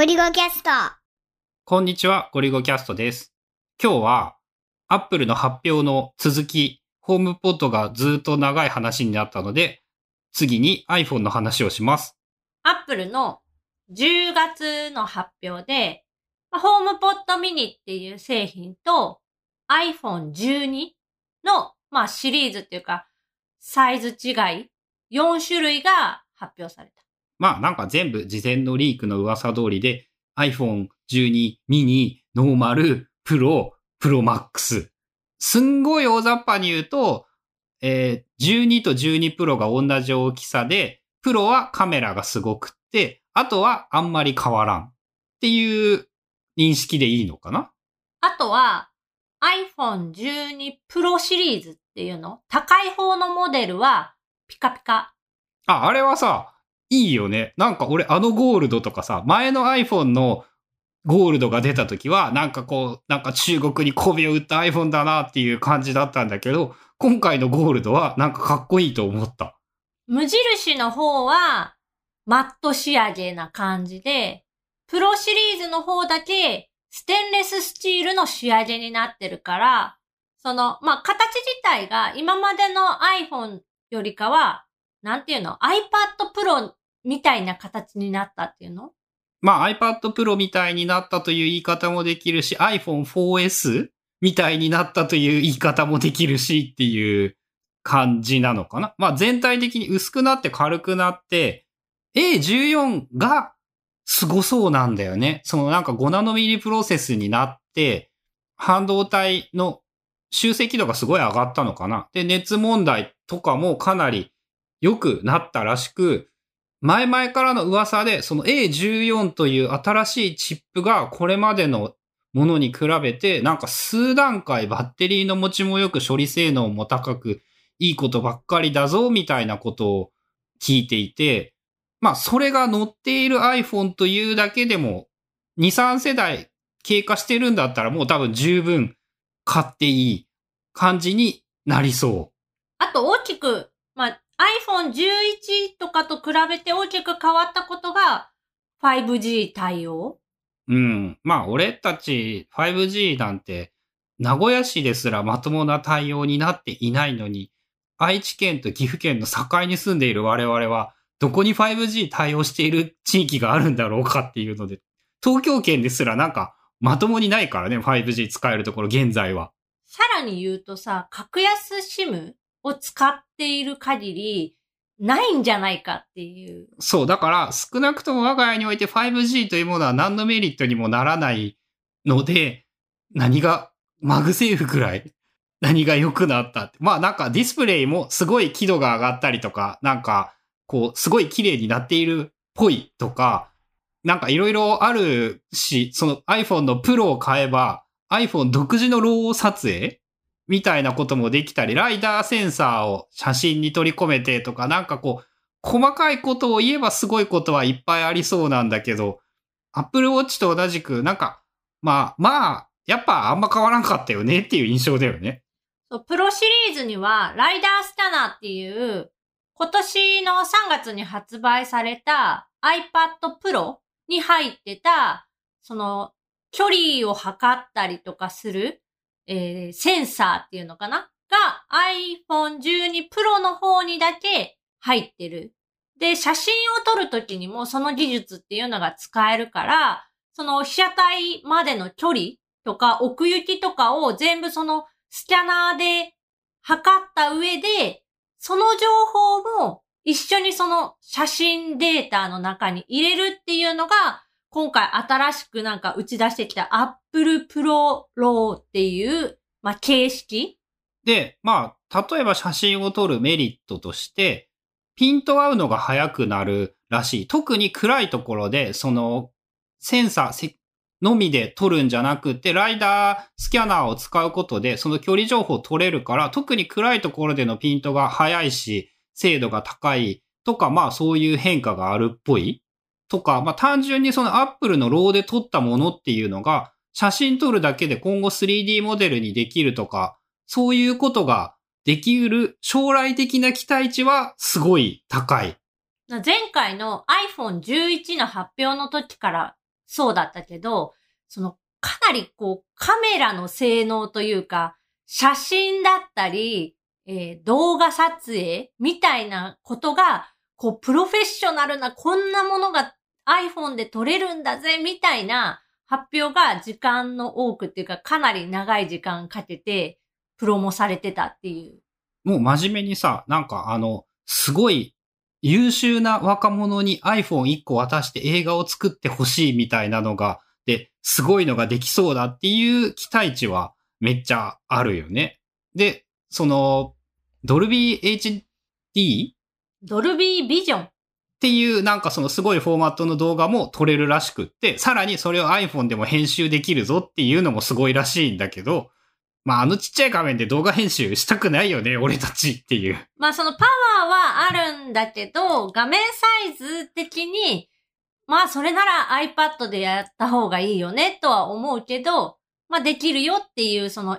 リゴキャスト。 こんにちは、ゴリゴキャストです。今日は Apple の発表の続き、ホームポッドがずっと長い話になったので、次に iPhone の話をします。 Apple の10月の発表で、ホームポッドミニっていう製品と iPhone12 の、シリーズっていうかサイズ違い4種類が発表された。 なんか全部事前のリークの噂通りで iPhone12 ミニ、ノーマル、プロ、プロマックス。すんごい大雑把に言うと、12と12プロが同じ大きさで、プロはカメラがすごくって、あとはあんまり変わらんっていう認識でいいのかな？ あとは iPhone12 Pro シリーズっていうの、高い方のモデルはピカピカ。 あれはさ、いいよね。なんか俺ゴールドとかさ、前の iPhone のゴールドが出た時は、なんか中国に媚びを売った iPhone だなっていう感じだったんだけど、今回のゴールドはなんかかっこいいと思った。 無印の方はマット仕上げな感じで、プロシリーズの方だけステンレススチールの仕上げになってるから、形自体が今までの iPhone よりかは、iPad Pro みたいな形になったっていうの？ iPad Pro みたいになったという言い方もできるし、iPhone 4S みたいになったという言い方もできるしっていう感じなのかな。全体的に薄くなって軽くなって、A14 がすごそうなんだよね。5ナノミリプロセスになって、半導体の修正輝度がすごい上がったのかな。で、熱問題とかもかなり良くなったらしく、前々からの噂で、その A14 という新しいチップがこれまでのものに比べて、なんか数段階バッテリーの持ちも良く処理性能も高く、いいことばっかりだぞ、みたいなことを聞いていて、それが載っている iPhone というだけでも、2、3世代経過してるんだったらもう多分十分買っていい感じになりそう。 あと大きく、iPhone 11とかと比べて大きく変わったことが 5G 対応。 俺たち 5G なんて名古屋市ですらまともな対応になっていないのに、愛知県と岐阜県の境に住んでいる我々はどこに 5G 対応している地域があるんだろうかっていうので、東京圏ですらなんかまともにないからね、5G 使えるところ現在は。 さらに言うとさ、格安 SIM を使っている限りないんじゃないかっていう。 そう、だから少なくとも我が家において 5G というものは何のメリットにもならないので、マグセーフくらい何が良くなったって。なんかディスプレイもすごい輝度が上がったりとか、すごい綺麗になっているっぽいとか、なんかいろいろあるし、その iPhone のプロを買えば iPhone 独自のロー撮影みたいなこともできたり、ライダーセンサーを写真に取り込めてとか、細かいことを言えばすごいことはいっぱいありそうなんだけど、Apple Watch と同じく、やっぱあんま変わらんかったよねっていう印象だよね。 そう、プロシリーズには、ライダースキャナーっていう、今年の3月に発売された iPad Pro に入ってた、距離を測ったりとかする、センサーっていうのかなが iPhone12 Pro の方にだけ入ってる。で、写真を撮るときにもその技術っていうのが使えるから、その被写体までの距離とか奥行きとかを全部スキャナーで測った上で、その情報も一緒にその写真データの中に入れるっていうのが、今回新しく打ち出してきた Apple Pro Raw っていう、形式で、例えば写真を撮るメリットとして、ピント合うのが早くなるらしい。特に暗いところで、センサーのみで撮るんじゃなくて、ライダースキャナーを使うことで、その距離情報を撮れるから、特に暗いところでのピントが早いし、精度が高いとか、そういう変化があるっぽい。とか、単純にApple のローで撮ったものっていうのが、写真撮るだけで今後 3D モデルにできるとか、そういうことができうる将来的な期待値はすごい高い。 前回の iPhone 11の発表の時からそうだったけど、かなりカメラの性能というか、写真だったり、動画撮影みたいなことが、プロフェッショナルなこんなものが iPhone で撮れるんだぜ、みたいな発表が時間の多くっていうか、かなり長い時間かけて、プロモされてたっていう。 もう真面目にさ、すごい優秀な若者に iPhone1 個渡して映画を作ってほしいみたいなのが、で、すごいのができそうだっていう期待値はめっちゃあるよね。で、ドルビー HD？ ドルビービジョンっていうすごいフォーマットの動画も撮れるらしくって、さらにそれを iPhone でも編集できるぞっていうのもすごいらしいんだけど、まあちっちゃい画面で動画編集したくないよね、俺たちっていう。 まあパワーはあるんだけど、画面サイズ的に、まあそれなら iPad でやった方がいいよねとは思うけど、まあできるよっていう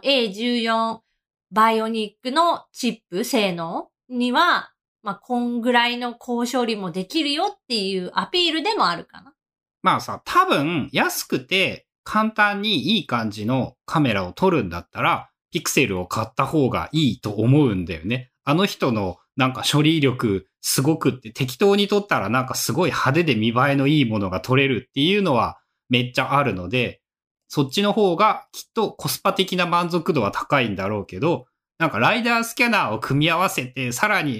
A14 バイオニックのチップ性能には、まあこんぐらいの高処理もできるよっていうアピールでもあるかな。 まあさ、多分安くて簡単にいい感じのカメラを撮るんだったら、ピクセルを買った方がいいと思うんだよね。あの人の処理力すごくって適当に撮ったらすごい派手で見栄えのいいものが撮れるっていうのはめっちゃあるので、そっちの方がきっとコスパ的な満足度は高いんだろうけど、ライダースキャナーを組み合わせて、さらに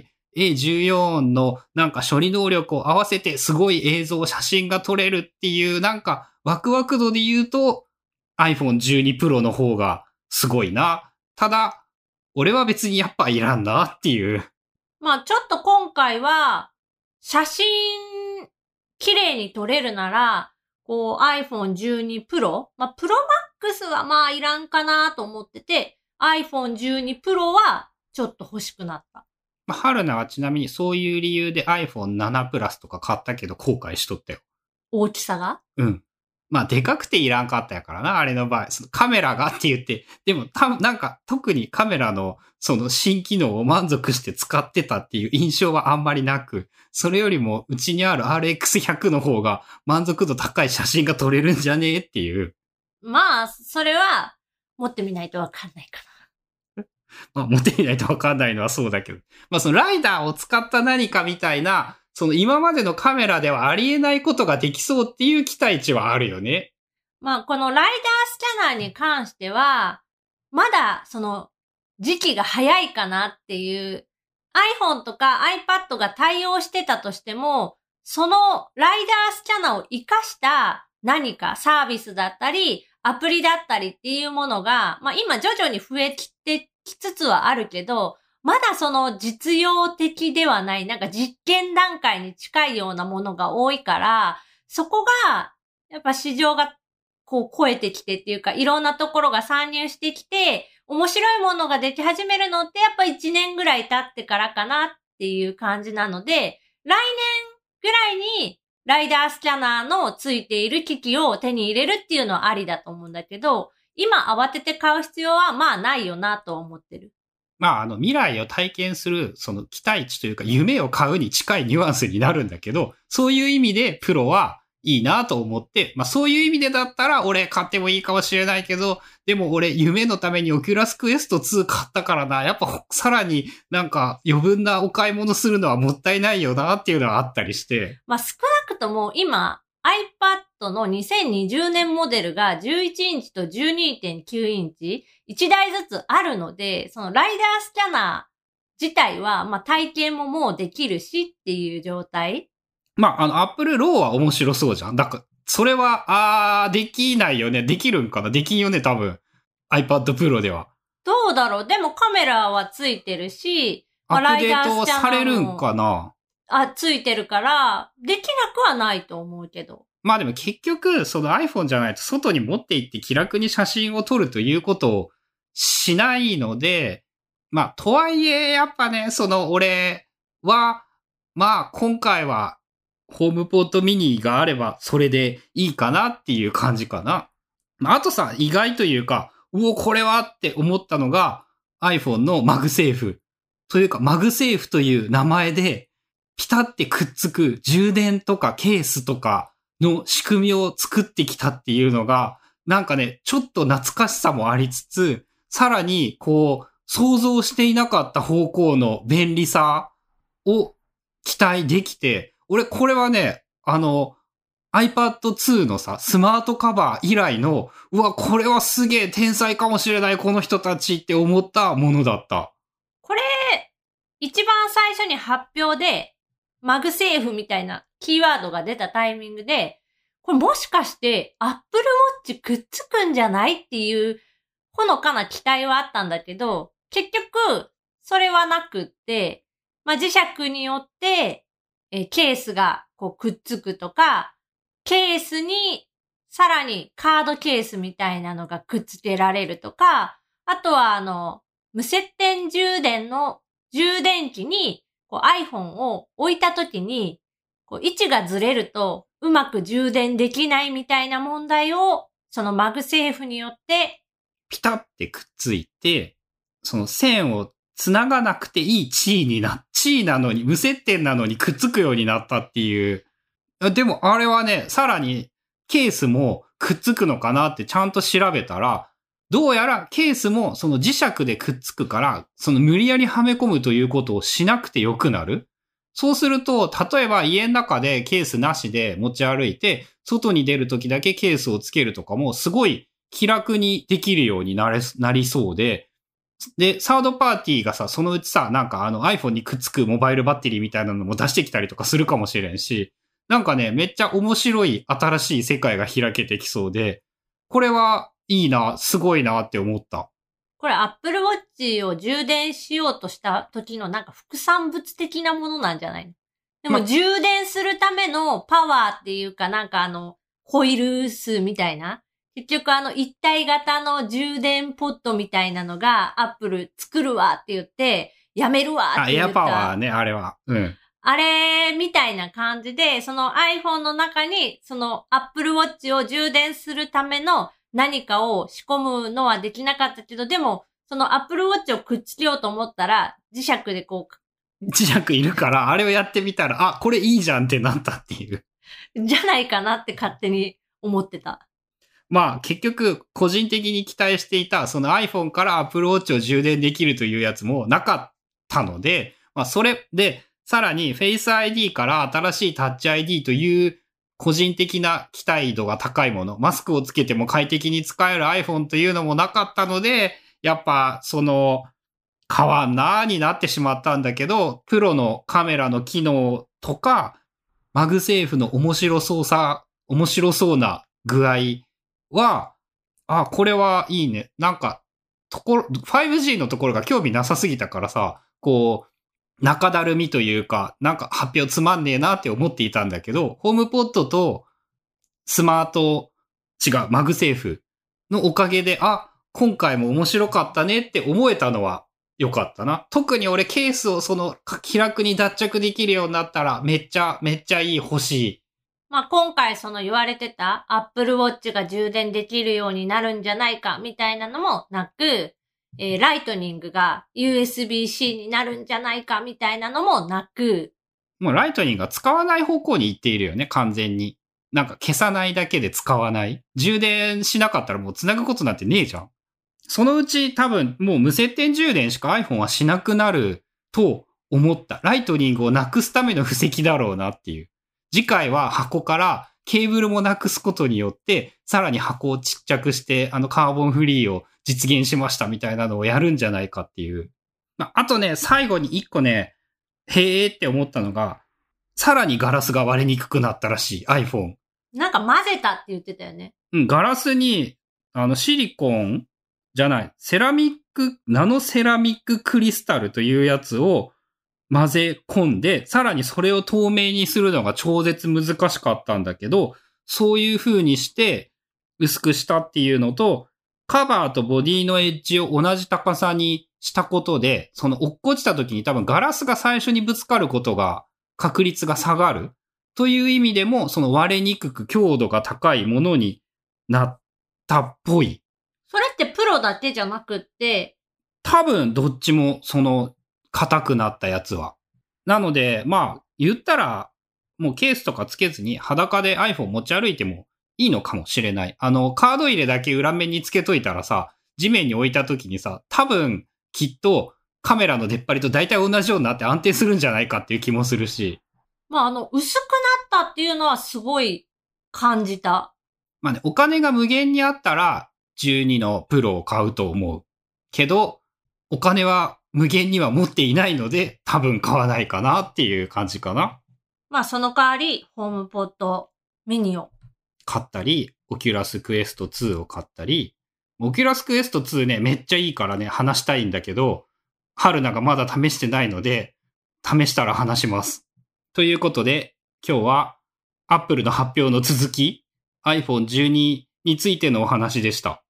A14 の処理能力を合わせてすごい映像、写真が撮れるっていうワクワク度で言うと iPhone 12 Pro の方がすごいな。ただ、俺は別にやっぱいらんなっていう。 まあちょっと今回は、写真、綺麗に撮れるなら、iPhone 12 Pro？ まあ Pro Max はまあいらんかなと思ってて、iPhone 12 Pro はちょっと欲しくなった。 まあ、春菜はちなみにそういう理由で iPhone 7 Plus とか買ったけど後悔しとったよ。 大きさが？ うん。まあ、でかくていらんかったやからな、あれの場合。カメラがって言って、でも多分特にカメラの新機能を満足して使ってたっていう印象はあんまりなく、それよりもうちにある RX100 の方が満足度高い写真が撮れるんじゃねえっていう。 まあ、それは持ってみないとわかんないかな。 まあ、持ってみないとわかんないのはそうだけど。まあ、ライダーを使った何かみたいな、今までのカメラではありえないことができそうっていう期待値はあるよね。 まあ、このライダースキャナーに関しては、まだ時期が早いかなっていう、iPhone とか iPad が対応してたとしても、そのライダースキャナーを活かした何かサービスだったり、アプリだったりっていうものが、まあ今徐々に増えきってきつつはあるけど、まだ実用的ではない、実験段階に近いようなものが多いから、そこが、やっぱ市場が超えてきてっていうか、いろんなところが参入してきて、面白いものができ始めるのってやっぱ1年ぐらい経ってからかなっていう感じなので、来年ぐらいにライダースキャナーのついている機器を手に入れるっていうのはありだと思うんだけど、今慌てて買う必要はまあないよなと思ってる。 まあ、未来を体験する、期待値というか、夢を買うに近いニュアンスになるんだけど、そういう意味で、プロはいいなと思って、まあそういう意味でだったら、俺買ってもいいかもしれないけど、でも俺、夢のためにオキュラスクエスト2買ったからな、やっぱさらに余分なお買い物するのはもったいないよなっていうのはあったりして。 まあ少なくとも今、iPad の2020年モデルが11インチと 12.9 インチ1台ずつあるので、そのライダースキャナー自体は、まあ体験ももうできるしっていう状態。 まあ、Apple RAW は面白そうじゃん。だから、それは、できないよね。できるんかなできんよね、多分。iPad Pro では。 どうだろう。でもカメラはついてるし、 アップデートされるんかなついてるから、できなくはないと思うけど。 まあでも結局、iPhone じゃないと外に持って行って気楽に写真を撮るということをしないので、まあ、とはいえ、やっぱね、俺は、まあ、今回は、ホームポットミニがあれば、それでいいかなっていう感じかな。まあ、あとさ、意外というか、これはって思ったのが、iPhone のマグセーフ。というか、マグセーフという名前で、ピタってくっつく充電とかケースとか、 の仕組みを作ってきたっていうのが、なんかね、ちょっと懐かしさもありつつ、さらに、こう、想像していなかった方向の便利さを期待できて、俺これはね、iPad 2のさ、スマートカバー以来の、うわ、これはすげえ天才かもしれない、この人たちって思ったものだった。 これ、一番最初に発表で、マグセーフみたいなキーワードが出たタイミングで、これもしかして Apple Watch くっつくんじゃないっていうほのかな期待はあったんだけど、結局、それはなくって、まあ、磁石によって、ケースがこうくっつくとか、ケースにさらにカードケースみたいなのがくっつけられるとか、あとは無接点充電の充電器にこう iPhone を置いたときに、こう位置がずれるとうまく充電できないみたいな問題を、そのマグセーフによってピタってくっついて、その線を繋がなくていい地位なのに、無接点なのにくっつくようになったっていう。でもあれはね、さらにケースもくっつくのかなってちゃんと調べたら、どうやらケースもその磁石でくっつくから、その無理やりはめ込むということをしなくてよくなる。そうすると、例えば家の中でケースなしで持ち歩いて、外に出るときだけケースをつけるとかもすごい気楽にできるようになりそうで、で、サードパーティーがさ、そのうちさ、なんかiPhone にくっつくモバイルバッテリーみたいなのも出してきたりとかするかもしれんし、なんかね、めっちゃ面白い新しい世界が開けてきそうで、これはいいな、すごいなって思った。 これ Apple Watch を充電しようとした時のなんか副産物的なものなんじゃないの？でも充電するためのパワーっていうかなんかコイル数みたいな。結局一体型の充電ポットみたいなのが Apple 作るわって言って、やめるわって言った。 エアパワーね、あれは。うん。 あれみたいな感じで、その iPhone の中にその Apple Watch を充電するための何かを仕込むのはできなかったけど、でも、その Apple Watch をくっつけようと思ったら、磁石でこう。磁石いるから、あれをやってみたら、これいいじゃんってなったっていう。 じゃないかなって勝手に思ってた。 まあ、結局、個人的に期待していた、その iPhone から Apple Watch を充電できるというやつもなかったので、まあ、それで、さらに Face ID から新しい Touch ID という個人的な期待度が高いもの、マスクをつけても快適に使える iPhone というのもなかったので、やっぱ変わんなーになってしまったんだけど、プロのカメラの機能とか、マグセーフの面白そうな具合は、これはいいね。なんか、5G のところが興味なさすぎたからさ、こう、中だるみというか、なんか発表つまんねえなって思っていたんだけど、ホームポットとマグセーフのおかげで、今回も面白かったねって思えたのは良かったな。特に俺ケースを気楽に脱着できるようになったらめっちゃいい、欲しい。 まあ、今回言われてた Apple Watch が充電できるようになるんじゃないかみたいなのもなく、ライトニングが USB-C になるんじゃないかみたいなのもなく。 もうライトニングが使わない方向に行っているよね、完全に。なんか消さないだけで使わない。充電しなかったらもう繋ぐことなんてねえじゃん。そのうち多分もう無接点充電しか iPhone はしなくなると思った。ライトニングをなくすための布石だろうなっていう。次回は箱からケーブルもなくすことによって、さらに箱をちっちゃくして、カーボンフリーを実現しましたみたいなのをやるんじゃないかっていう。あとね、最後に一個ね、へーって思ったのが、さらにガラスが割れにくくなったらしい、iPhone。 なんか混ぜたって言ってたよね。 うん、ガラスに、シリコンじゃない、ナノセラミッククリスタルというやつを混ぜ込んで、さらにそれを透明にするのが超絶難しかったんだけど、そういう風にして薄くしたっていうのと、カバーとボディのエッジを同じ高さにしたことで、落っこちた時に多分ガラスが最初にぶつかることが確率が下がるという意味でも、割れにくく強度が高いものになったっぽい。 それってプロだけじゃなくって、 多分どっちも硬くなったやつは。なので、まあ言ったらもうケースとかつけずに裸で iPhone 持ち歩いてもいいのかもしれない。カード入れだけ裏面につけといたらさ、地面に置いた時にさ、多分きっとカメラの出っ張りと大体同じようになって安定するんじゃないかっていう気もするし。 まあ、薄くなったっていうのはすごい感じた。 まあね、お金が無限にあったら12のプロを買うと思う。けど、お金は無限には持っていないので、多分買わないかなっていう感じかな。 まあ、その代わり、ホームポットミニを買ったり、オキュラスクエスト2を買ったり、オキュラスクエスト2ね、めっちゃいいからね、話したいんだけど、春菜がまだ試してないので、試したら話します。ということで、今日は Apple の発表の続き、iPhone 12についてのお話でした。